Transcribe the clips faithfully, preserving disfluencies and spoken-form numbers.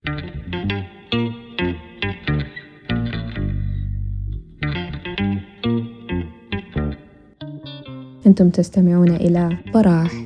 أنتم تستمعون إلى براح.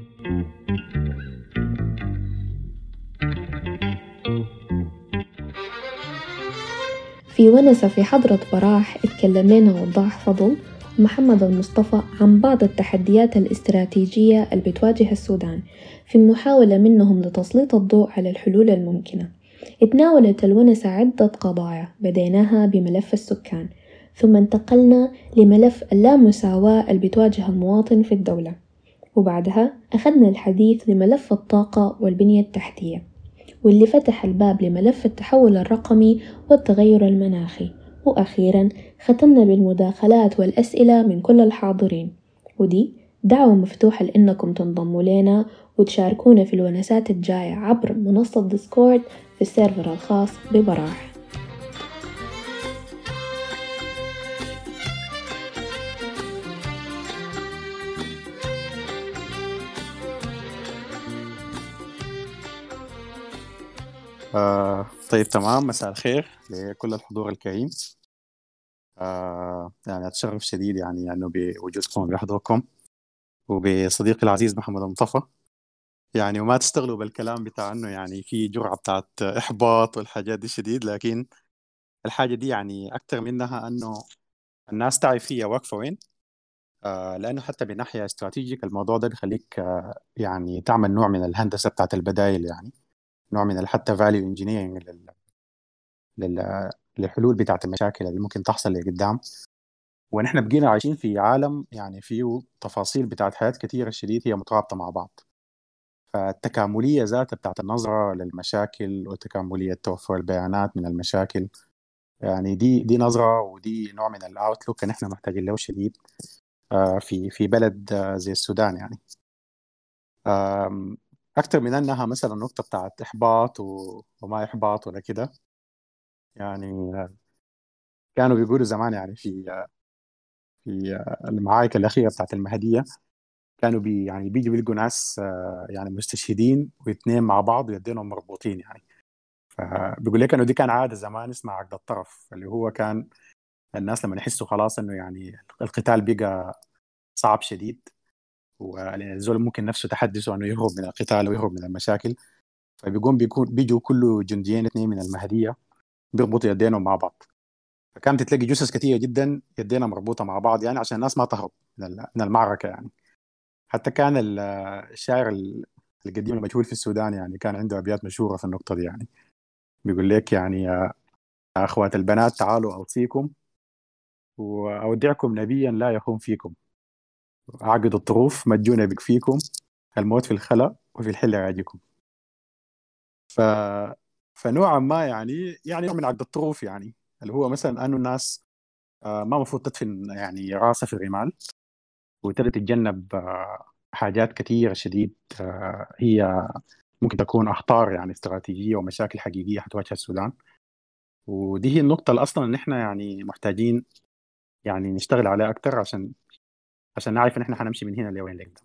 في ونسة في حضرة براح اتكلم لنا وضاح فضل ومحمد المصطفى عن بعض التحديات الاستراتيجية اللي بتواجه السودان في محاولة منهم لتسليط الضوء على الحلول الممكنة. اتناولت الونسة عدة قضايا، بديناها بملف السكان، ثم انتقلنا لملف اللامساواة اللي بتواجه المواطن في الدولة، وبعدها أخذنا الحديث لملف الطاقة والبنية التحتية، واللي فتح الباب لملف التحول الرقمي والتغير المناخي، وأخيرا ختمنا بالمداخلات والأسئلة من كل الحاضرين. ودي دعوة مفتوحة لأنكم تنضموا لنا وتشاركونا في الونسات الجاية عبر منصة ديسكورد في السيرفر الخاص ببراح. آه طيب تمام، مساء الخير لكل الحضور الكريم. آه يعني أتشرف شديد يعني أنه بوجودكم وبحضوركم وبصديقي العزيز محمد المصطفى، يعني وما تستغلوا بالكلام بتاع أنه يعني في جرعة بتاعت إحباط والحاجات دي شديد، لكن الحاجة دي يعني أكتر منها أنه الناس تعرف هي واقفة وين. آه لأنه حتى بناحية استراتيجية الموضوع ده بيخليك آه يعني تعمل نوع من الهندسة بتاعت البدائل، يعني نوع من حتى value engineering لل لل للحلول بتاعت المشاكل اللي ممكن تحصل لقدام. ونحن بقينا عايشين في عالم يعني فيه تفاصيل بتاعت حياة كثيرة شديد هي مترابطة مع بعض، فالتكاملية ذاتها بتاعت النظرة للمشاكل وتكاملية توفر البيانات من المشاكل، يعني دي دي نظرة ودي نوع من الاوتلوك اللي احنا محتاجين له شديد آه، في في بلد آه، زي السودان. يعني آم، أكتر من أنها مثلا نقطة بتاعت إحباط و- وما إحباط ولا كده. يعني آه، كانوا بيقولوا زمان يعني في في المعارك الأخيرة بتاعت المهدية كانوا بي يعني بيجوا بيلقوا ناس آه، يعني مستشهدين واثنين مع بعض ويدينهم مربوطين. يعني فبيقول لك انه دي كان عاده زمان اسمها عقد الطرف، اللي هو كان الناس لما يحسوا خلاص انه يعني القتال بقى صعب شديد والزول ممكن نفسه تحدثه انه يهرب من القتال ويهرب من المشاكل، فبيقوم بيكون بيجوا كل جنديين اثنين من المهديه بيربطوا يدينهم مع بعض. فكانت تلاقي جثث كثيره جدا يدينا مربوطه مع بعض، يعني عشان الناس ما تهرب من من المعركه. يعني حتى كان ال- الشاعر ال- القديم المجهول في السودان يعني كان عنده أبيات مشهورة في النقطة دي. يعني بيقول لك يعني يا أخوات البنات تعالوا أوصيكم وأودعكم نبيا لا يخون فيكم، عقد الطروف مجونا بكفيكم، الموت في الخلا وفي الحل راجيكم. ف... فنوعا ما يعني يعني نوع من عقد الطروف، يعني اللي هو مثلا أنه الناس آه، ما المفروض تدفن يعني راسها في الرمال وتبدأ تتجنب آه، حاجات كثيرة شديد آه، هي ممكن تكون أخطار يعني استراتيجية ومشاكل حقيقية حتواجه السودان. ودي هي النقطة اللي أصلا إن إحنا يعني محتاجين يعني نشتغل عليها أكتر عشان عشان نعرف إن إحنا حنمشي من هنا لوين لقدام.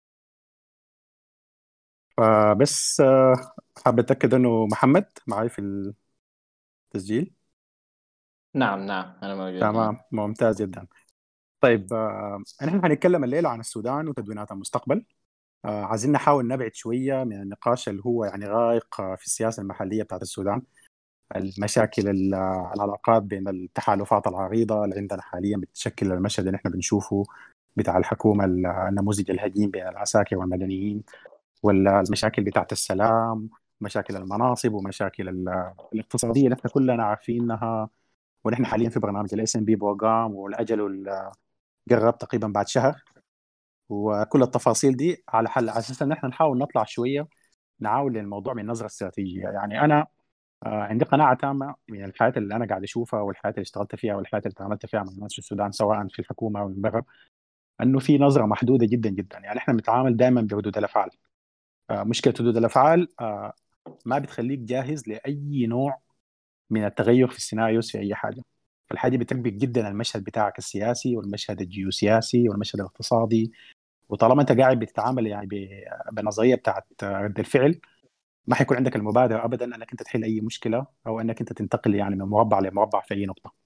فبس آه، حابب أتأكد إنه محمد معي في التسجيل. نعم نعم أنا موجود هنا. تمام، ممتاز جدا. طيب آه، إحنا حنتكلم الليلة عن السودان وتدوينات المستقبل. آه، عايزين نحاول نبعد شوية من النقاش اللي هو يعني غائق آه، في السياسة المحلية بتاعت السودان، المشاكل ال- العلاقات بين التحالفات العريضة اللي عندنا حاليا بتشكل المشهد اللي احنا بنشوفه بتاع الحكومة، النموذج الهجين بين العساكر والمدنيين، ولا المشاكل بتاعت السلام، مشاكل المناصب ومشاكل ال- الاقتصادية اللي احنا كلنا عارفينها. ونحن حاليا في برنامج الاس ام بي بوغام والاجل ال- قرب تقريبا بعد شهر، وكل التفاصيل دي على حل على اساس ان احنا نحاول نطلع شويه نعاول للموضوع من نظره استراتيجيه. يعني انا آه، عندي قناعة تامة من الحياة اللي أنا قاعد أشوفها والحياة اللي اشتغلت فيها والحياة اللي تعاملت فيها مع الناس في السودان سواء في الحكومة أو من برا، أنه في نظرة محدودة جدا جدا. يعني إحنا بنتعامل دائما بردود الأفعال. آه، مشكلة ردود الأفعال آه، ما بتخليك جاهز لأي نوع من التغير في السيناريوز في أي حاجة. فالحاجة بتكبر جدا المشهد بتاعك السياسي والمشهد الجيوسياسي والمشهد الاقتصادي. وطالما أنت قاعد بتتعامل يعني ب- بنظرية بتاعت رد الفعل، ما حيكون عندك المبادرة أبدا أنك أنت تحل أي مشكلة أو أنك أنت تنتقل يعني من مربع لمربع في أي نقطة.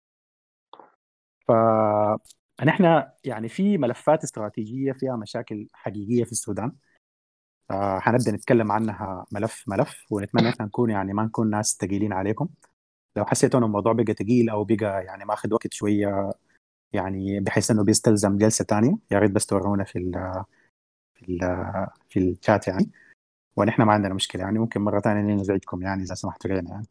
فنحن يعني في ملفات استراتيجية فيها مشاكل حقيقية في السودان، آه، حنبدأ نتكلم عنها ملف ملف، ونتمنى احنا نكون يعني ما نكون ناس ثقيلين عليكم. لو حسيتوا ان الموضوع بقى ثقيل او بقى يعني ماخذ وقت شويه، يعني بحيث انه بيستلزم جلسه ثانيه، يا ريت بس تورونا في ال في ال في الشات يعني، ونحن ما عندنا مشكله يعني، ممكن مره ثانيه نزعجكم يعني اذا سمحتوا لنا يعني.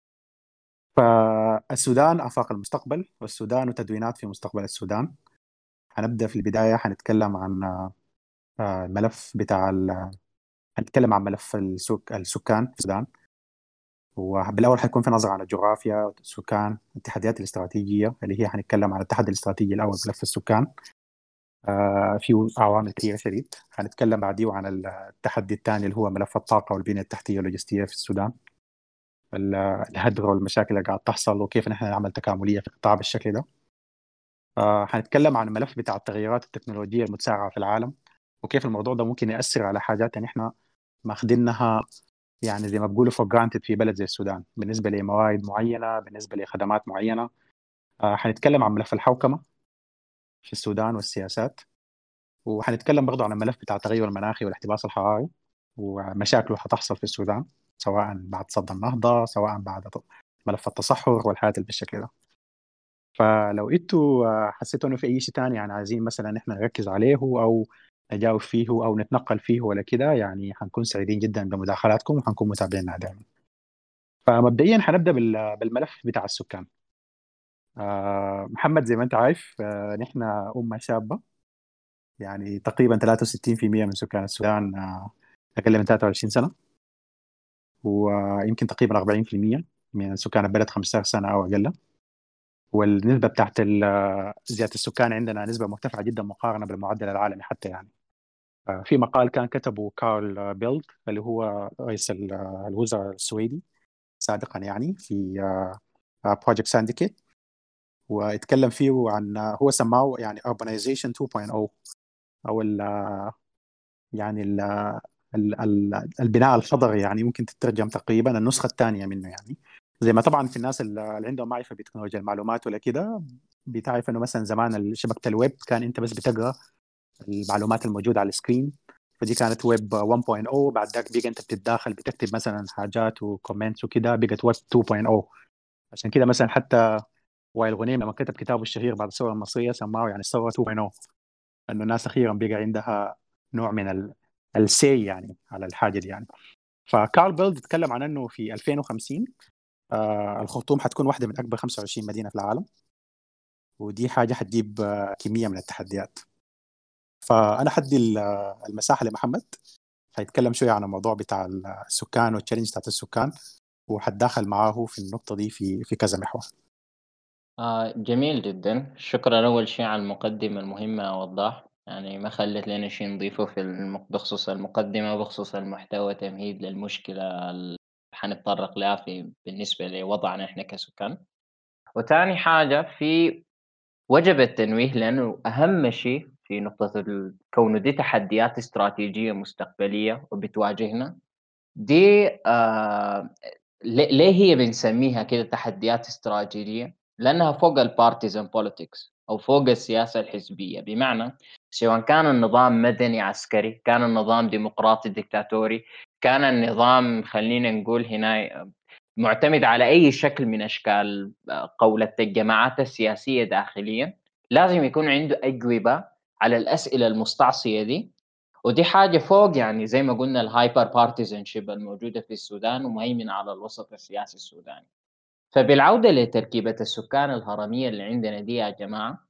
فالسودان افاق المستقبل، والسودان وتدوينات في مستقبل السودان. هنبدا في البدايه حنتكلم عن آه، الملف بتاع ال- هنتكلم عن ملف السك... السكان في السودان. وبالاول حيكون في نظره عن الجغرافيا، السكان، التحديات الاستراتيجيه اللي هي حنتكلم عن التحدي الاستراتيجي الاول ملف السكان. آه في عوامل كثيره شديد. حنتكلم بعديه عن التحدي الثاني اللي هو ملف الطاقه والبنيه التحتيه واللوجستيه في السودان، ال- الهدر والمشاكل اللي قاعد تحصل وكيف نحن نعمل تكامليه في القطاع بالشكل ده. آه حنتكلم عن الملف بتاع التغيرات التكنولوجيه المتسارعه في العالم، وكيف الموضوع ده ممكن ياثر على حاجات نحن ماخذينها يعني زي ما بقولوا for granted في بلد زي السودان، بالنسبة لموارد معينة، بالنسبة لخدمات معينة. آه، حنتكلم عن ملف الحوكمة في السودان والسياسات، وحنتكلم برضو عن الملف بتاع التغير المناخي والاحتباس الحراري ومشاكله حتحصل في السودان، سواء بعد صد النهضة، سواء بعد ملف التصحر والحياة اللي بالشكل ده. فلو انتوا آه، حسيتوا انه في اي شيء ثاني يعني عايزين مثلا احنا نركز عليه او نجاوب فيه او نتنقل فيه ولا كده، يعني حنكون سعيدين جدا بمداخلاتكم وحنكون متابعين دائما. فمبدئيا حنبدا بال- بالملف بتاع السكان. آه، محمد زي ما انت عارف، آه، نحن امه شابه، يعني تقريبا ثلاثة وستين بالمئة من سكان السودان آه، اقل من ثلاثة وعشرين سنه، ويمكن تقريبا أربعين بالمئة من سكان البلد خمسة عشر سنه او اقل. والنسبه بتاعت ال- زياده السكان عندنا نسبه مرتفعه جدا مقارنه بالمعدل العالمي حتى يعني. آه، في مقال كان كتبه كارل بيلد اللي هو رئيس ال- الوزراء السويدي سابقا يعني في بروجكت سانديكيت، واتكلم فيه عن هو سماه يعني urbanization تو بوينت أو او ال يعني ال ال ال البناء الحضري، يعني ممكن تترجم تقريبا النسخه الثانيه منه يعني. زي ما طبعا في الناس اللي عندهم معرفه بتكنولوجيا المعلومات ولا كده بتعرف انه مثلا زمان شبكه الويب كان انت بس بتقرا المعلومات الموجوده على السكرين، فدي كانت ويب واحد نقطة صفر. بعد ذاك بقى انت بتتداخل بتكتب مثلا حاجات وكومنتس وكده، بقت ويب تو بوينت أو. عشان كده مثلا حتى وائل غنيم لما كتب كتابه الشهير بعد الثوره المصريه سماه يعني الثوره تو بوينت أو، انه الناس اخيرا بقى عندها نوع من ال السي يعني على الحاجه دي يعني. فكارل بيلد اتكلم عن انه في ألفين وخمسين آه الخرطوم حتكون واحده من اكبر خمسة وعشرين مدينه في العالم، ودي حاجه حتجيب آه كميه من التحديات. فانا حدي ال- المساحه لمحمد، حيتكلم شويه عن الموضوع بتاع السكان والتشالنج بتاعت السكان، وحتداخل معاه في النقطه دي في في كذا محور. آه جميل جدا، شكرا أول شيء على المقدمة المهمة وضاح، يعني ما خلت لنا شيء نضيفه في الم- بخصوص المقدمة بخصوص المحتوى تمهيد للمشكلة اللي حنتطرق لها في بالنسبة لوضعنا إحنا كسكان. وتاني حاجة في وجب التنويه لأنه أهم شيء في نقطة ال- كونه دي تحديات استراتيجية مستقبلية وبتواجهنا. دي آه ل- ليه هي بنسميها كده تحديات استراتيجية؟ لأنها فوق البارتيزان بوليتكس أو فوق السياسة الحزبية، بمعنى سواء كان النظام مدني عسكري، كان النظام ديمقراطي ديكتاتوري، كان النظام خلينا نقول هنا معتمد على أي شكل من أشكال آه، قولة الجماعات السياسية داخليا، لازم يكون عنده أجوبة على الأسئلة المستعصية دي. ودي حاجة فوق يعني زي ما قلنا الهايبر بارتيزنشيب الموجودة في السودان ومهيمنة على الوسط السياسي السوداني. فبالعودة لتركيبة السكان الهرمية اللي عندنا دي يا جماعة،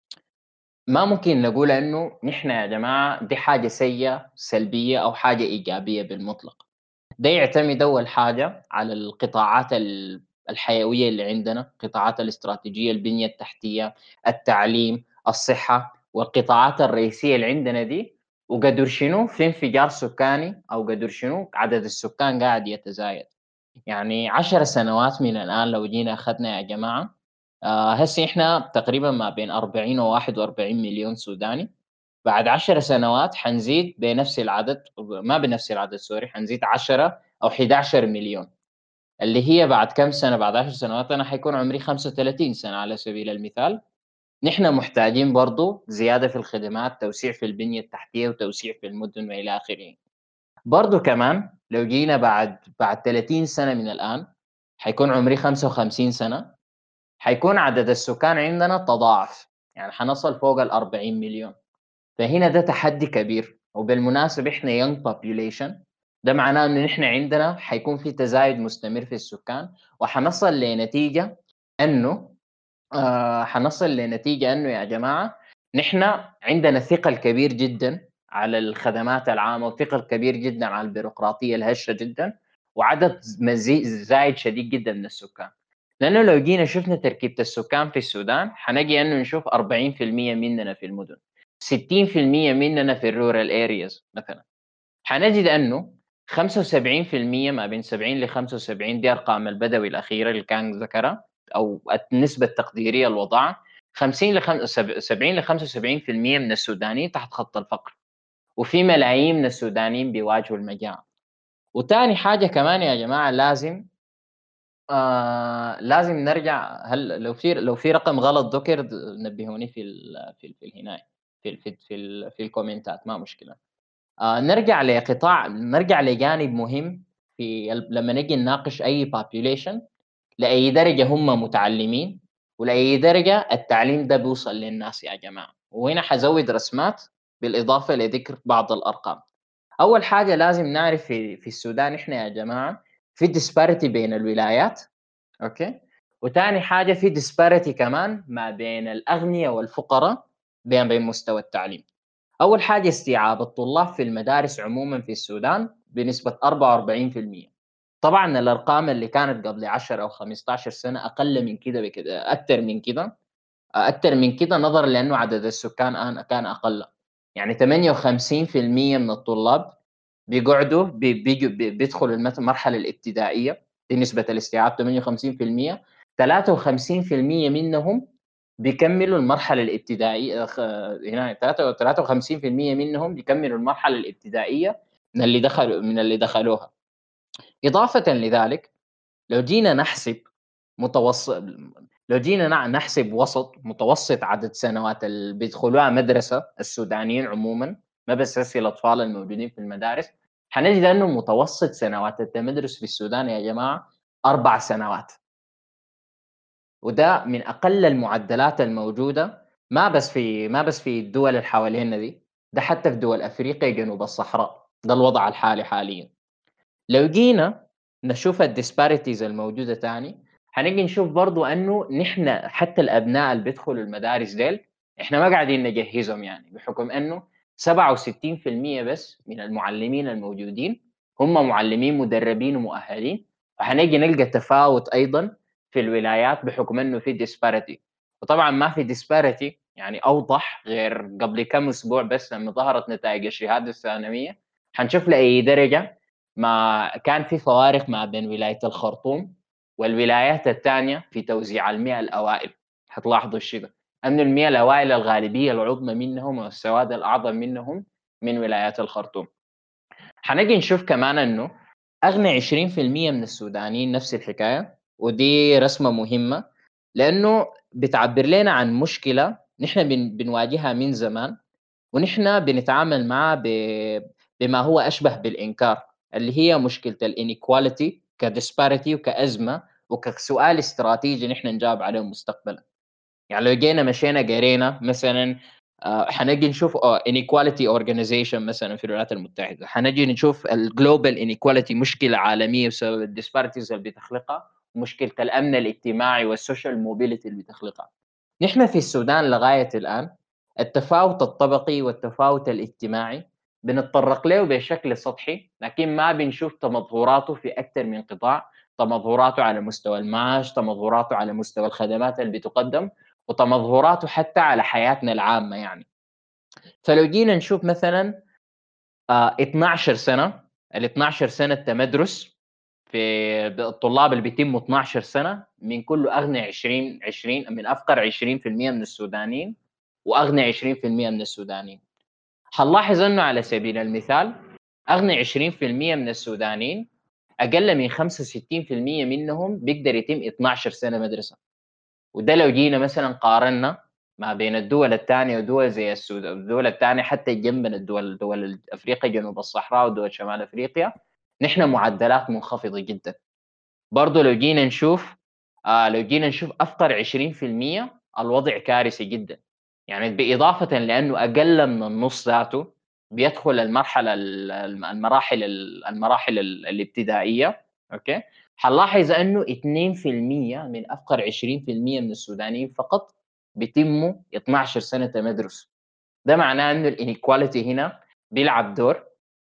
ما ممكن نقول إنه نحن يا جماعة دي حاجة سيئة سلبية أو حاجة إيجابية بالمطلق. ده يعتمد أول حاجة على القطاعات ال- الحيوية اللي عندنا، قطاعات الاستراتيجية، البنية التحتية، التعليم، الصحة، والقطاعات الرئيسية اللي عندنا دي، وقدر شنو في انفجار سكاني أو قدر شنو عدد السكان قاعد يتزايد. يعني عشر سنوات من الآن لو جينا أخذنا يا جماعة، آه هسي إحنا تقريبا ما بين أربعين و واحد وأربعين مليون سوداني. بعد عشر سنوات حنزيد بنفس العدد، ما بنفس العدد سوري، حنزيد عشرة أو إحدى عشر مليون، اللي هي بعد كم سنة، بعد عشر سنوات أنا حيكون عمري خمسة وثلاثين سنة على سبيل المثال. نحن محتاجين برضه زيادة في الخدمات، توسيع في البنية التحتية وتوسيع في المدن وإلى آخره. برضه كمان لو جينا بعد بعد ثلاثين سنة من الآن حيكون عمري خمسة وخمسين سنة، حيكون عدد السكان عندنا تضاعف، يعني حنصل فوق الأربعين مليون. فهنا ده تحدي كبير. وبالمناسبة إحنا young population، ده معناه إنه نحن عندنا حيكون في تزايد مستمر في السكان، وحنصل لنتيجة إنه آه حنصل لنتيجة إنه يا جماعة نحن عندنا ثقل كبير جدًا على الخدمات العامة، وثقل كبير جدًا على البيروقراطية الهشة جدًا، وعدد مزي زايد شديد جدًا من السكان. لأنه لو جينا شفنا تركيبة السكان في السودان حنجي إنه نشوف أربعين بالمئة مننا في المدن، ستين بالمئة مننا في الrural areas مثلًا. حنجد إنه خمسة وسبعين بالمئة ما بين سبعين لخمسة وسبعين، دي أرقام البدوي الأخيرة اللي كان ذكرها أو النسبة التقديرية لوضعها، خمسين لخم سب سبعين لخمسة وسبعين بالمئة من السودانيين تحت خط الفقر، وفي ملايين من السودانيين بيواجهوا المجاعة. وتاني حاجة كمان يا جماعة لازم آآ لازم نرجع، هل لو في لو في رقم غلط ذُكر د نبهوني في ال في ال في الهناية في ال في ال في ال في الكومنتات ما مشكلة. آآ نرجع لقطاع نرجع لجانب مهم في ال لمّا نيجي نناقش أي population، لأي درجة هم متعلمين، ولأي درجة التعليم ده بيوصل للناس يا جماعة. وهنا حازوّد رسمات بالإضافة لذكر بعض الأرقام. أول حاجة لازم نعرف في في السودان إحنا يا جماعة في disparity بين الولايات، أوكي، وتاني حاجة في disparity كمان ما بين الأغنيا والفقراء بين بين مستوى التعليم. أول حاجة استيعاب الطلاب في المدارس عمومًا في السودان بنسبة أربعة وأربعين بالمئة. طبعًا الأرقام اللي كانت قبل عشر أو خمسة عشر سنة أقل من كده بكد أكتر من كده، أكتر من كده نظرًا لأنه عدد السكان آن كان أقل. يعني ثمانية وخمسين بالمئة من الطلاب بيقعدوا بي بييجوا بي بيدخلوا المث المرحلة الابتدائية، دي نسبة الاستيعاب ثمانية وخمسين بالمئة، ثلاثة وخمسين بالمئة منهم بيكمّلوا المرحلة الابتدائية خ هنا تلاتة ثلاثة وخمسين بالمئة منهم بيكمّلوا المرحلة الابتدائية من اللي دخلوا من اللي دخلوها. إضافةً لذلك لو جينا نحسب متوسط لو جينا نع نحسب وسط متوسط عدد سنوات اللي بيدخلوها مدرسة السودانيين عمومًا، ما بس هسه الأطفال الموجودين في المدارس، حنجد إنه متوسط سنوات التمدرس في السودان يا جماعة أربع سنوات. وده من أقل المعدلات الموجودة، ما بس في ما بس في الدول اللي حوالينا دي، ده حتى في دول أفريقيا جنوب الصحراء، ده الوضع الحالي حاليًا. لو جينا نشوف الdisparities الموجودة تاني، حنيجي نشوف برضه إنه نحن حتى الأبناء اللي بيدخلوا المدارس ديل، إحنا ما قاعدين نجهّزهم يعني، بحكم إنه سبعة وستين بالمئة بس من المعلمين الموجودين هم معلمين مدربين ومؤهلين، وحنيجي نلقى تفاوت أيضًا في الولايات بحكم إنه في disparity. وطبعًا ما في disparity يعني أوضح غير قبل كام أسبوع بس لمّا ظهرت نتايج الشهادة الثانوية، حنشوف لأي درجة ما كان في فوارق ما بين ولاية الخرطوم والولايات التانية في توزيع المِيَاه الأوائل. حتلاحظوا الشي ده، أن المِيَاه الأوائل الغالبية العظمى منهم والسواد الأعظم منهم من ولايات الخرطوم. حنيجي نشوف كمان إنه أغنى عشرين بالمئة من السودانيين نفس الحكاية، ودي رسمة مهمة، لأنه بتعبّر لنا عن مشكلة نحن بن بنواجهها من زمان، ونحن بنتعامل معاه ب بما هو أشبه بالإنكار، اللي هي مشكلة الinequality كdisparity وكأزمة وكسؤال استراتيجي نحن نجاوب عليه مستقبلًا. يعني لو جينا مشينا قرينا مثلًا آآ حنيجي نشوف آه inequality organization مثلًا في الولايات المتحدة، حنيجي نشوف الglobal inequality مشكلة عالمية بسبب الdisparities اللي بتخلقها، ومشكلة الأمن الاجتماعي والsocial mobility اللي بتخلقها. نحن في السودان لغاية الآن التفاوت الطبقي والتفاوت الاجتماعي بنتطرق له بشكل سطحي، لكن ما بنشوف تمظهراته في أكتر من قطاع، تمظهراته على مستوى المعاش، تمظهراته على مستوى الخدمات اللي بتُقدّم، وتمظهراته حتى على حياتنا العامة يعني. فلو جينا نشوف مثلًا آآ اتناشر سنة، الاتناشر سنة تمدرس في ب الطلاب اللي بيتموا اتناشر سنة من كل أغنى عشرين عشرين من أفقر عشرين بالمئة من السودانيين، وأغنى عشرين بالمئة من السودانيين. حنلاحظ إنه على سبيل المثال أغنى عشرين بالمئة من السودانيين أقل من خمسة وستين بالمية منهم بيقدر يتم اثناشر سنة مدرسة. وده لو جينا مثلا قارنا ما بين الدول الثانية ودول زي السودان، الدول الثانية حتى جنبنا الدول دول أفريقيا جنوب الصحراء ودول شمال أفريقيا، نحن معدلات منخفضة جدا. برضو لو جينا نشوف آه لو جينا نشوف أفقر عشرين بالمية الوضع كارثي جدا. يعني بإضافة لأنه أقل من النص ذاته بيدخل المرحلة المراحل المراحل الابتدائية. أوكي، حنلاحظ أنه اثنين بالمية من أفقر عشرين بالمية من السودانيين فقط بيتموا اثناشر سنة مدرسة. ده معناه أنه الانيكواليتي هنا بيلعب دور.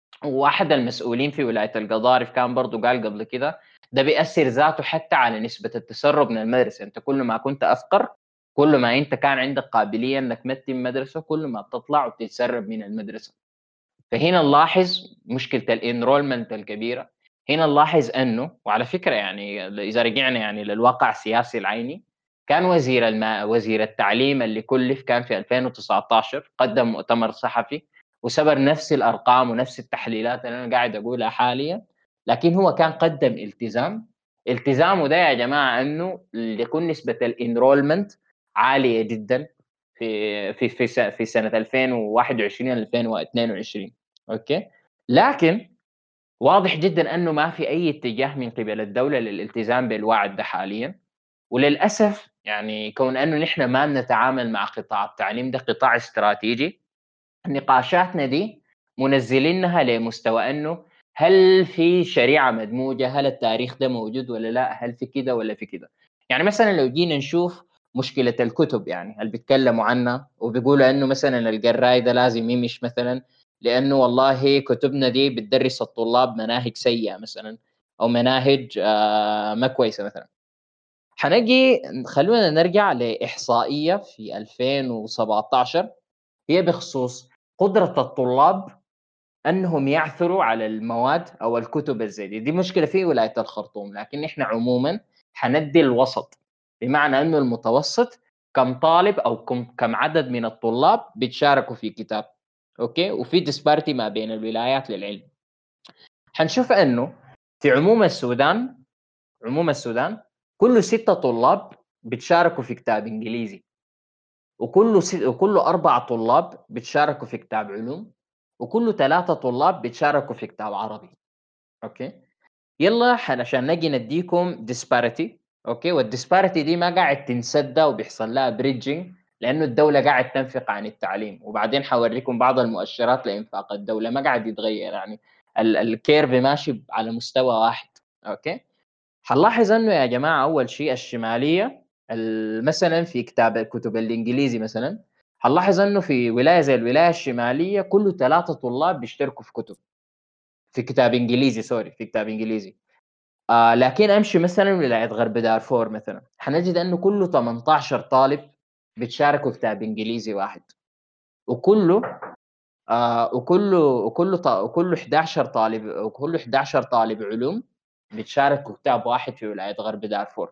واحد المسؤولين في ولاية القضارف كان برضو قال قبل كده ده بيأثر ذاته حتى على نسبة التسرب من المدرسة. أنت كل ما كنت أفقر، كل ما أنت كان عندك قابلية أنك تتم مدرسة، كل ما بتطلع وتتسرب من المدرسة. فهنا نلاحظ مشكلة الانرولمنت الكبيرة. هنا نلاحظ أنه، وعلى فكرة يعني إذا رجعنا يعني للواقع السياسي العيني، كان وزير الماء وزير التعليم اللي كلف كان في ألفين وتسعة عشر قدم مؤتمر صحفي وسبر نفس الأرقام ونفس التحليلات اللي أنا قاعد أقولها حاليا، لكن هو كان قدم التزام. التزامه ده يا جماعة أنه يكون نسبة الانرولمنت عالية جدا في في في في سنة ألفين وواحد وعشرين ألفين واثنين وعشرين. أوكي، لكن واضح جدا أنه ما في أي اتجاه من قبل الدولة للالتزام بالوعد ده حاليا. وللأسف يعني كون أنه نحن ما نتعامل مع قطاع التعليم ده قطاع استراتيجي، نقاشاتنا دي منزلينها لمستوى أنه هل في شريعة مدموجة، هل التاريخ ده موجود ولا لا، هل في كده ولا في كده. يعني مثلا لو جينا نشوف مشكلة الكتب يعني اللي بيتكلموا عنها وبيقولوا أنه مثلا القراي ده لازم يمش مثلا لأنه والله كتبنا دي بتدرس الطلاب مناهج سيئة مثلا أو مناهج آه ما كويسة مثلا. حنجي خلونا نرجع لإحصائية في ألفين وسبعة عشر هي بخصوص قدرة الطلاب أنهم يعثروا على المواد أو الكتب الزيادة. دي مشكلة في ولاية الخرطوم، لكن إحنا عموما حندي الوسط، بمعنى أنه المتوسط كم طالب أو كم كم عدد من الطلاب بيتشاركوا في كتاب. أوكي، وفي ديسبارتي ما بين الولايات للعلم. حنشوف أنه في عموم السودان عموم السودان كل ستة طلاب بيتشاركوا في كتاب إنجليزي، وكل ست... وكل أربعة طلاب بيتشاركوا في كتاب علوم، وكل ثلاثة طلاب بيتشاركوا في كتاب عربي. أوكي، يلا عشان نجي نديكم ديسباريتي. أوكي، والديسباريتي دي ما قاعد تنسد وبيحصل لها بريدجينج لأنه الدولة قاعد تنفق عن التعليم، وبعدين حوريكم بعض المؤشرات لإنفاق الدولة ما قاعد يتغير، يعني الكيرف ماشي على مستوى واحد. أوكي، حنلاحظ انه يا جماعه اول شيء الشماليه مثلا في كتاب الكتب الانجليزي مثلا حنلاحظ انه في ولايه زي الولايه الشماليه كل ثلاثه طلاب بيشتركوا في كتب في كتاب انجليزي سوري في كتاب انجليزي. آه لكن امشي مثلا ولايه غرب دارفور مثلا حنجد انه كل ثمانية عشر طالب بيتشاركوا في كتاب انجليزي واحد، وكله آه وكله وكله وكله أحد عشر طالب وكله أحد عشر طالب علوم بيتشاركوا كتاب واحد في ولايه غرب دارفور.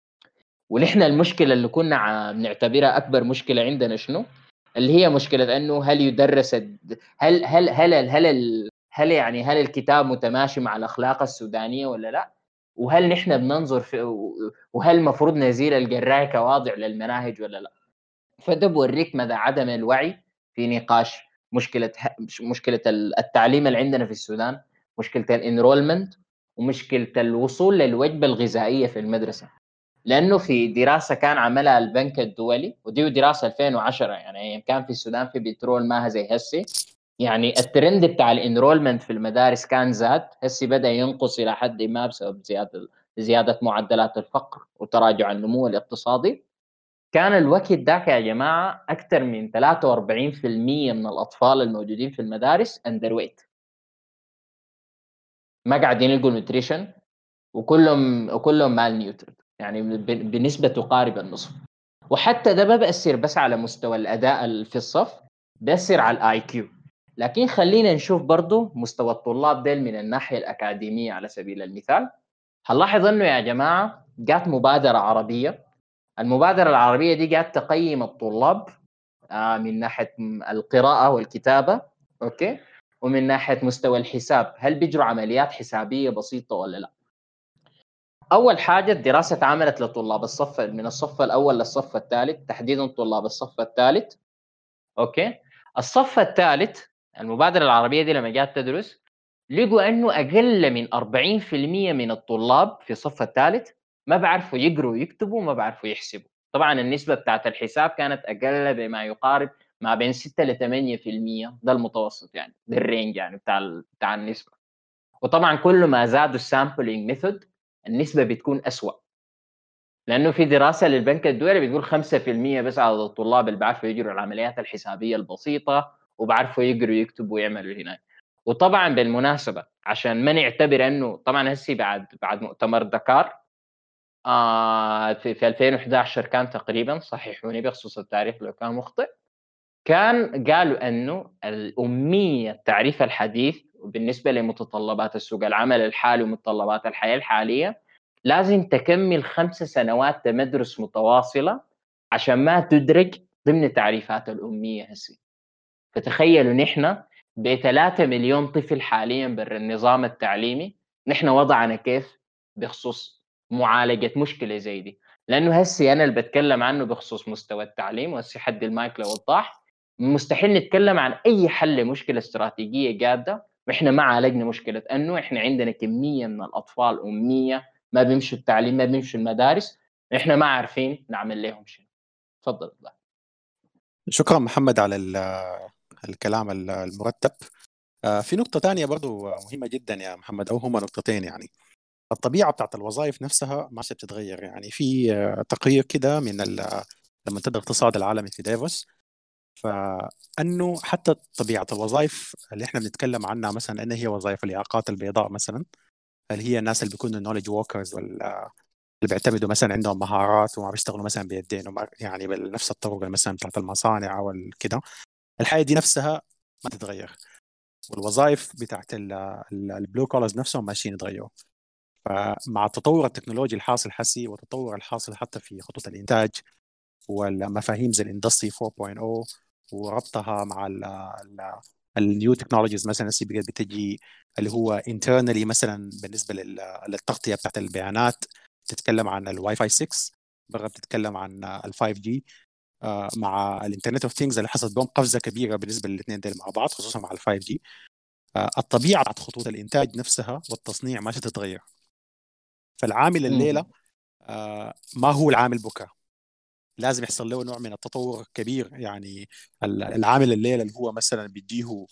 ونحن المشكلة اللي كنا بنعتبرها أكبر مشكلة عندنا شنو؟ اللي هي مشكلة إنه هل يدرس هل هل هل هل هل, هل يعني هل الكتاب متماشي مع الأخلاق السودانية ولا لا؟ وهل نحن بننظر في وهل المفروض نزيل القراية كواضع للمناهج ولا لا؟ فده بوريك مدى عدم الوعي في نقاش مشكلة مشكلة التعليم اللي عندنا في السودان، مشكلة الانرولمنت، ومشكلة الوصول للوجبة الغذائية في المدرسة. لانه في دراسه كان عملها البنك الدولي، ودي دراسه ألفين وعشرة يعني كان في السودان في بترول ماها زي هسي، يعني الترند بتاع الانرولمنت في المدارس كان زاد، هسي بدا ينقص الى حد ما بسبب زياده زياده معدلات الفقر وتراجع النمو الاقتصادي. كان الوقت ذاك يا جماعه اكثر من ثلاثة وأربعين بالمية من الاطفال الموجودين في المدارس اندر ويت، ما قاعدين يلقوا نوتريشن، وكلهم وكلهم مال نيوترد، يعني بنسبه تقارب النصف. وحتى ده ما بيأثر بس على مستوى الأداء في الصف، بيأثر على الآي كيو. لكن خلينا نشوف برضو مستوى الطلاب ديل من الناحية الأكاديمية على سبيل المثال. هنلاحظ أنه يا جماعة جات مبادرة عربية، المبادرة العربية دي جات تقيم الطلاب من ناحية القراءة والكتابة. أوكي، ومن ناحية مستوى الحساب هل بيجروا عمليات حسابية بسيطة ولا لا؟ أول حاجة الدراسة اتعملت لطلاب الصف من الصف الأول للصف الثالث، تحديدا طلاب الصف الثالث. أوكي، الصف الثالث المبادرة العربية دي لما جات تدرس لقوا أنه أقل من أربعين بالمئة من الطلاب في الصف الثالث ما بعرفوا يقروا ويكتبوا وما بعرفوا يحسبوا. طبعا النسبة بتاعت الحساب كانت أقل بما يقارب ما بين ستة ل ثمانية بالمئة، ده المتوسط يعني، ده الرينج يعني بتاع بتاع النسبة. وطبعا كل ما زادوا السامبلينج ميثود النسبة بتكون أسوأ، لأنه في دراسة للبنك الدولي بتقول خمسة بالمئة بس عدد الطلاب اللي بيعرفوا يجروا العمليات الحسابية البسيطة وبيعرفوا يقروا ويكتبوا ويعملوا هناك. وطبعا بالمناسبة عشان ما نعتبر أنه طبعا هسي بعد بعد مؤتمر دكار آه في, في ألفين وإحدى عشر كان تقريبا، صححوني بخصوص التاريخ لو كان مخطئ، كان قالوا أنه الأمية التعريف الحديث بالنسبة لمتطلبات السوق العمل الحالي ومتطلبات الحياة الحالية لازم تكمل خمس سنوات تمدرس متواصلة عشان ما تدرج ضمن تعريفات الأمية هسي. فتخيلوا نحن بثلاثة مليون طفل حاليا بر النظام التعليمي، نحن وضعنا كيف بخصوص معالجة مشكلة زي دي. لأنه هسي أنا اللي بتكلم عنه بخصوص مستوى التعليم، وهسي حد المايك لوضح مستحيل نتكلم عن أي حل لمشكلة استراتيجية جادة وإحنا ما عالجنا مشكلة أنه إحنا عندنا كمية من الأطفال أمية ما بيمشوا التعليم، ما بيمشوا المدارس، إحنا ما عارفين نعمل لهم شيء. تفضل الله. شكرا محمد على ال- الكلام ال- المرتب. آه، في نقطة تانية برضو مهمة جدا يا محمد، أو هما نقطتين. يعني الطبيعة بتاعت الوظائف نفسها ماشية بتتغير. يعني في آه، تقرير كده من ال- المنتدى الاقتصادي العالمي في ديفوس، فانه حتى طبيعه الوظائف اللي احنا بنتكلم عنها، مثلا ان هي وظائف الياقات البيضاء مثلا، اللي هي الناس اللي بيكونوا نولج ووركرز، اللي بيعتمدوا مثلا عندهم مهارات وما بيشتغلوا مثلا بيدين وما- يعني بنفس الطرق مثلا بتاعت المصانع او كده، الحياه دي نفسها ما تتغير. والوظائف بتاعت البلو كولرز نفسهم ماشيين يتغيروا. فمع التطور التكنولوجي الحاصل حسي، والتطور الحاصل حتى في خطوط الانتاج والمفاهيم زي الاندستري أربعة نقطة صفر، وربطها مع النيو تكنولوجيز مثلا اللي بقت بتجي، اللي هو انترنالي مثلا بالنسبه لل- للتغطيه بتاعت البيانات، تتكلم عن الواي فاي ستة، بره بتتكلم عن ال فايف جي، آه، مع الانترنت اوف ثينجز اللي حصلت بهم قفزه كبيره بالنسبه للاثنين دول مع بعض، خصوصا مع ال فايف جي. آه، الطبيعه بتاعت خطوط الانتاج نفسها والتصنيع ماشيه تتغير. فالعامل الليله آه، ما هو العامل بكره، لازم يحصل له نوع من التطور كبير. يعني ال- العامل الليله اللي هو مثلا بيديه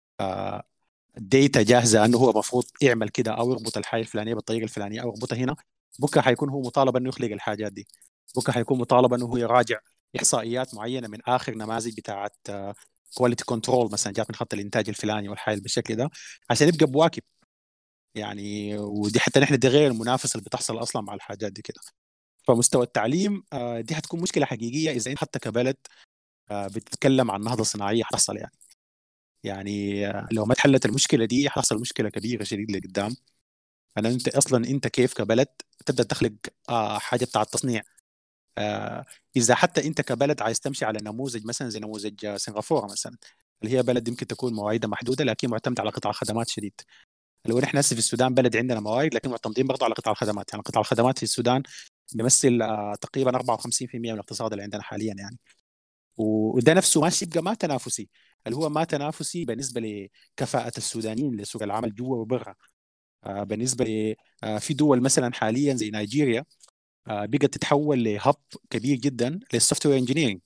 ديتا جاهزه انه هو المفروض يعمل كده او يربط الحاجه الفلانيه بالطريقه الفلانيه او يربطها هنا، بكره حيكون هو مطالب انه يخلق الحاجات دي. بكره حيكون مطالب انه هو يراجع احصائيات معينه من اخر نماذج بتاعه كواليتي كنترول مثلا جات من خط الانتاج الفلاني والحاجه بالشكل ده، عشان يبقى بواكب. يعني ودي حتى نحن دي غير المنافسه اللي بتحصل اصلا مع الحاجات دي كده. فمستوى التعليم آه، دي حتكون مشكله حقيقيه اذا انت حتى كبلد آه، بتتكلم عن نهضه صناعيه حتحصل. يعني يعني آه، لو ما اتحلت المشكله دي حتحصل مشكله كبيره شديد لقدام. انا انت اصلا انت كيف كبلد تبدا تخلق آه، حاجه بتاع التصنيع. آه، اذا حتى انت كبلد عايز تمشي على نموذج مثلا زي نموذج آه، سنغافوره مثلا، اللي هي بلد يمكن تكون مواعيدها محدوده لكن معتمد على قطاع الخدمات شديد. لو احنا هسه في السودان بلد عندنا موارد لكن معتمدين برضه على قطاع الخدمات. يعني قطاع الخدمات في السودان بيمثل آه، تقريبا أربعة وخمسين بالمئة من الاقتصاد اللي عندنا حاليا. يعني وده نفسه ماشي يبقى ما تنافسي، اللي هو ما تنافسي بالنسبه لكفاءه السودانيين لسوق العمل جوا وبرا. آه، بالنسبه ل آه، في دول مثلا حاليا زي نيجيريا آه، بقت تتحول لهب كبير جدا للسوفت وير انجينيرنج،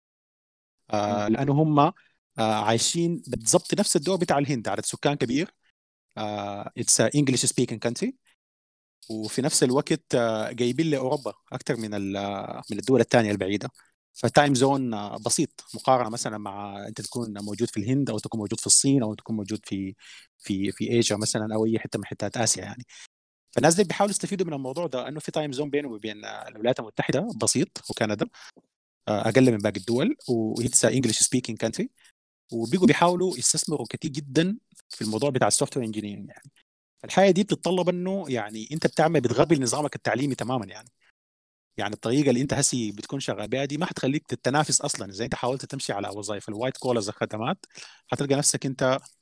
لانه هم آه، عايشين بالضبط نفس الدور بتاع الهند، عدد سكان كبير، اتس انجلش سبيكينج كانتري، وفي نفس الوقت آه، جايبين لاوروبا اكثر من ال- من الدول الثانيه البعيده. فتايم زون آه، بسيط مقارنه مثلا مع انت تكون موجود في الهند او تكون موجود في الصين او تكون موجود في في في ايجا مثلا او اي حته من حتات اسيا. يعني فالناس دي بيحاولوا يستفيدوا من الموضوع ده، انه في تايم زون بينه وبين آه، الولايات المتحده بسيط وكندا آه، اقل من باقي الدول، وهيتس انجلش سبيكينج كانتري، وبيجوا بيحاولوا يستثمروا كثير جدا في الموضوع بتاع السوفت وير انجينيرنج. يعني الحاجه دي بتتطلب انه يعني انت بتعمل بتغربل نظامك التعليمي تماما. يعني يعني الطريقه اللي انت هسي بتكون شغال بها دي ما حتخليك تتنافس اصلا. اذا انت حاولت تمشي على وظائف الوايت كولرز الخدمات، حتلقى نفسك انت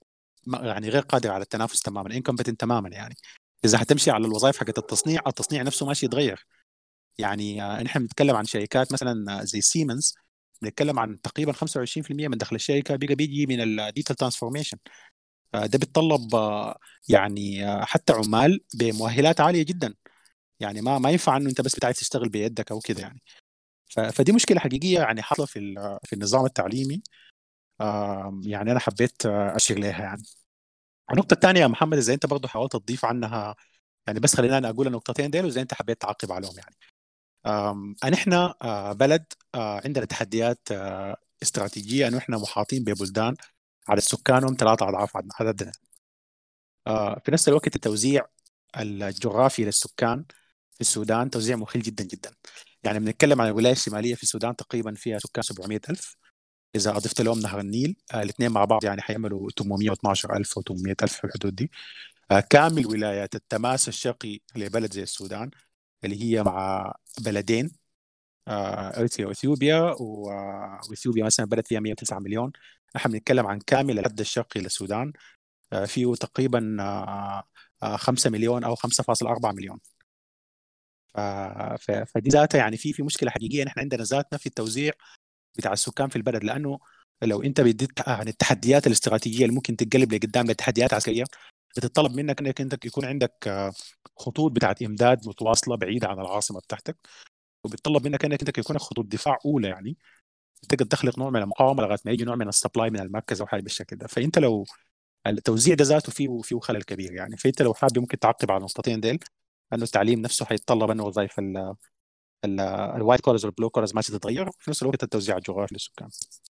يعني غير قادر على التنافس تماما، انكمبتنت تماما. يعني اذا حتمشي على الوظائف حقت التصنيع، التصنيع نفسه ماشي يتغير. يعني آه، نحن بنتكلم عن شركات مثلا زي سيمنز، بنتكلم عن تقريبا خمسة وعشرين في المية من دخل الشركه بيجي بيجي من الديجيتال ترانسفورميشن. ده بيتطلب آه، يعني آه، حتى عمال بمؤهلات عاليه جدا. يعني ما ما ينفع انه انت بس بتعرف تشتغل بيدك او كده يعني. ف- فدي مشكله حقيقيه يعني حاصله في ال- في النظام التعليمي. آم، يعني انا حبيت آه، اشير لها يعني. النقطه الثانيه يا محمد، اذا انت برضه حاولت تضيف عنها، يعني بس خلينا انا اقول النقطتين ديل واذا انت حبيت تعقب عليهم يعني. آم، ان احنا آه، بلد آه، عندنا تحديات آه، استراتيجيه، انه احنا محاطين ببلدان عدد سكانهم ثلاثة اضعاف عدد- عددنا. آه، في نفس الوقت التوزيع الجغرافي للسكان في السودان توزيع مخيل جدا جدا. يعني بنتكلم عن الولايه الشماليه في السودان تقريبا فيها سكان سبعمية ألف. اذا اضفت لهم نهر النيل آه الاثنين مع بعض يعني حيعملوا ثمانمية واثناشر ألف او ثمانمية ألف في الحدود دي. آه كامل ولايات التماس الشرقي لبلد زي السودان، اللي هي مع بلدين آه اريتريا واثيوبيا، و- آه، واثيوبيا مثلا بلد فيها مية وتسعة مليون. نحن بنتكلم عن كامل الحد الشرقي للسودان آه فيه تقريبا آه آه خمسة مليون او خمسة فاصلة أربعة مليون. ف- ف- فدي ذاتها يعني في في مشكله حقيقيه نحن عندنا ذاتنا في التوزيع بتاع السكان في البلد. لانه لو انت بديت عن التحديات الاستراتيجيه اللي ممكن تتقلب لقدام لتحديات عسكريه، بتطلب منك انك انت يكون عندك آه، خطوط بتاعت امداد متواصله بعيده عن العاصمه بتاعتك، وبتطلب منك انك انت يكون خطوط دفاع اولى يعني تقدر تخلق نوع من المقاومه لغايه ما يجي نوع من السبلاي من المركز او حاجه بالشكل ده. فانت لو التوزيع ده ذاته فيه فيه خلل كبير يعني. فانت لو حابب ممكن تعقب على النقطتين ديل، انه التعليم نفسه حيتطلب انه وظائف الوايت كولرز والبلو كولرز ما تتغير، وفي نفس الوقت التوزيع الجغرافي للسكان.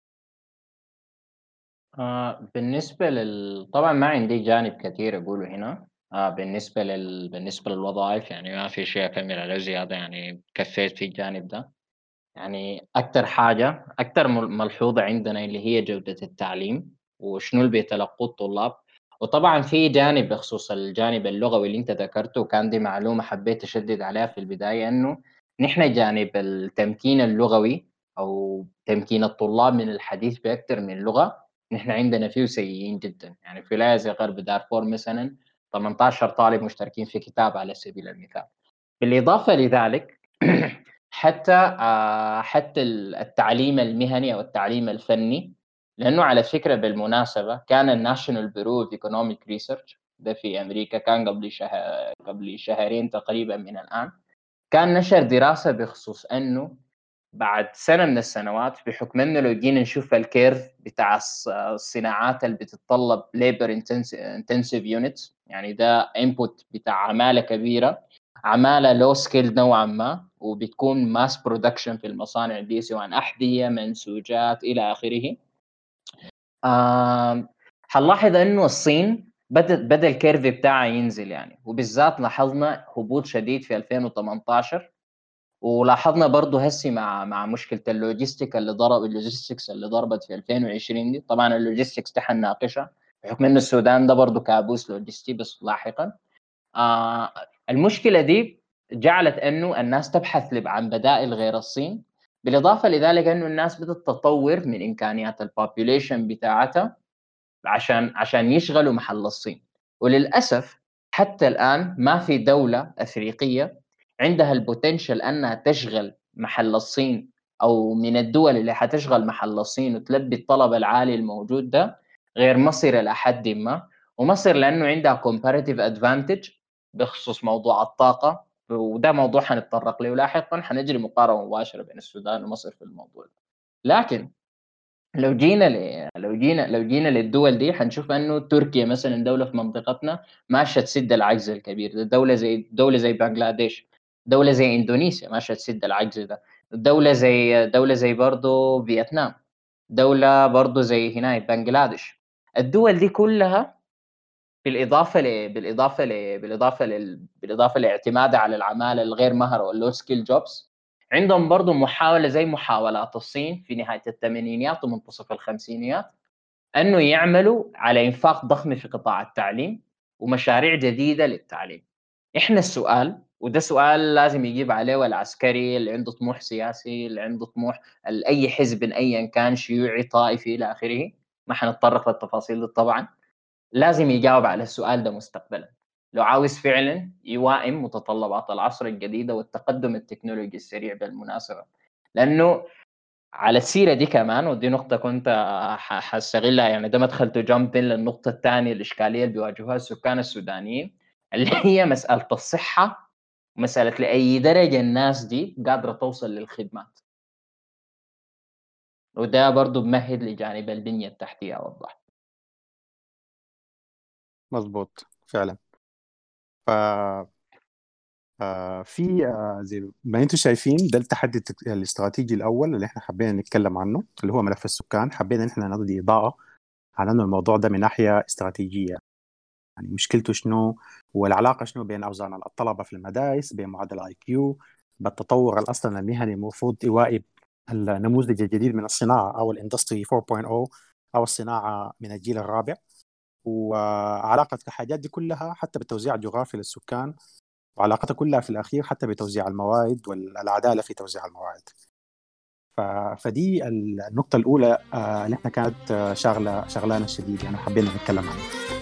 آه بالنسبة لل طبعا ما عندي جانب كثير أقوله هنا. آه بالنسبة لل بالنسبة للوظائف يعني ما في شيء أكمل عليه زيادة، يعني كفيت في الجانب ده. يعني أكتر حاجة أكتر مل ملحوظة عندنا اللي هي جودة التعليم، وشنو اللي بيتلقوه الطلاب. وطبعًا في جانب بخصوص الجانب اللغوي اللي أنت ذكرته، وكان دي معلومة حبيت أشدد عليها في البداية، إنه نحن جانب التمكين اللغوي أو تمكين الطلاب من الحديث بأكتر من لغة، نحن عندنا فيه سيئين جدًا. يعني في ولاية زي غرب دارفور مثلًا ثمانية عشر طالب مشتركين في كتاب على سبيل المثال. بالإضافة لذلك حتى آآ حتى ال التعليم المهني أو التعليم الفني، لأنه على فكرة بالمناسبة كان الNational Bureau of Economic Research ده في أمريكا، كان قبل شه قبل شهرين تقريبًا من الآن، كان نشر دراسة بخصوص إنه بعد سنة من السنوات، بحكم إنه لو جينا نشوف الcurve بتاع الص الصناعات اللي بتتطلب labor intensi intensive units، يعني ده input بتاع عمالة كبيرة، عمالة low skilled نوعًا ما، وبتكون mass production في المصانع دي سواء أحذية، منسوجات إلى آخره. آمم، حنلاحظ إنه الصين بدت بدأ الcurve بتاعها ينزل يعني، وبالذات لاحظنا هبوط شديد في ألفين وثمانية عشر. ولاحظنا برضه هسي مع مع مشكلة اللوجيستيك اللي ضرب اللوجيستكس اللي ضربت في ألفين وعشرين دي. طبعًا اللوجيستكس دي حنناقشها بحكم إنه السودان ده برضه كابوس لوجستي بس لاحقًا. آآ المشكلة دي جعلت إنه الناس تبحث لب عن بدائل غير الصين، بالإضافة لذلك إنه الناس بدأت تطوّر من إمكانيات الpopulation بتاعتها عشان عشان يشغلوا محل الصين. وللأسف حتى الآن ما في دولة أفريقية عندها الpotential أنها تشغل محل الصين، أو من الدول اللي حتشغل محل الصين وتلبي الطلب العالي الموجود ده، غير مصر إلى حدٍ ما. ومصر لأنه عندها comparative advantage بخصوص موضوع الطاقة، وده موضوع حنتطرق له لاحقًا، حنجري مقارنة مباشرة بين السودان ومصر في الموضوع ده. لكن لو جينا ل لو جينا لو جينا للدول دي حنشوف إنه تركيا مثلًا دولة في منطقتنا ماشية تسد العجز الكبير ده، دولة زي دولة زي بنغلاديش، دولة زي إندونيسيا ماشية تسد العجز ده، دولة زي دولة زي برضه فيتنام، دولة برضه زي هناك بنغلاديش. الدول دي كلها بالإضافة ل بالإضافة ل بالإضافة لل بالإضافة لاعتمادها على العمالة الغير مهرة والlow skill jobs، عندهم برضه محاولة زي محاولات الصين في نهاية الثمانينيات ومنتصف الخمسينيات، إنه يعملوا على إنفاق ضخم في قطاع التعليم ومشاريع جديدة للتعليم. إحنا السؤال، وده سؤال لازم يجيب عليه العسكري اللي عنده طموح سياسي، اللي عنده طموح ال أي حزب أيًا كان شيوعي، طائفي إلى آخره، ما حنتطرق للتفاصيل دي طبعًا. لازم يجاوب على السؤال ده مستقبلا لو عاوز فعلا يوائم متطلبات العصر الجديدة والتقدم التكنولوجي السريع بالمناسبة. لأنه على السيرة دي كمان، ودي نقطة كنت ح- حستغلها، يعني ده مدخل تجامبين للنقطة الثانية الإشكالية اللي بيواجهوها السكان السودانيين، اللي هي مسألة الصحة، مسألة لأي درجة الناس دي قادرة توصل للخدمات، وده برضو بمهد لجانب البنية التحتية والضحك. مظبوط فعلا. ف آه، في آه، زي ما انتم شايفين ده التحدي التك- الاستراتيجي الاول اللي احنا حبينا نتكلم عنه، اللي هو ملف السكان. حبينا ان احنا نضي اضاءه على انه الموضوع ده من ناحيه استراتيجيه، يعني مشكلته شنو، والعلاقه شنو بين اوزان الطلبه في المدارس، بين معدل اي كيو، بالتطور الاصلا المهني المفروض يواكب النموذج الجديد من الصناعه او الاندستري أربعة نقطة صفر او الصناعه من الجيل الرابع، وعلاقه الحاجات دي كلها حتى بالتوزيع الجغرافي للسكان، وعلاقتها كلها في الأخير حتى بتوزيع الموارد والعدالة في توزيع الموارد. ف... فدي النقطة الأولى آه، اللي احنا كانت آه، شغلة شغلانة الشديد يعني حبينا نتكلم عنها.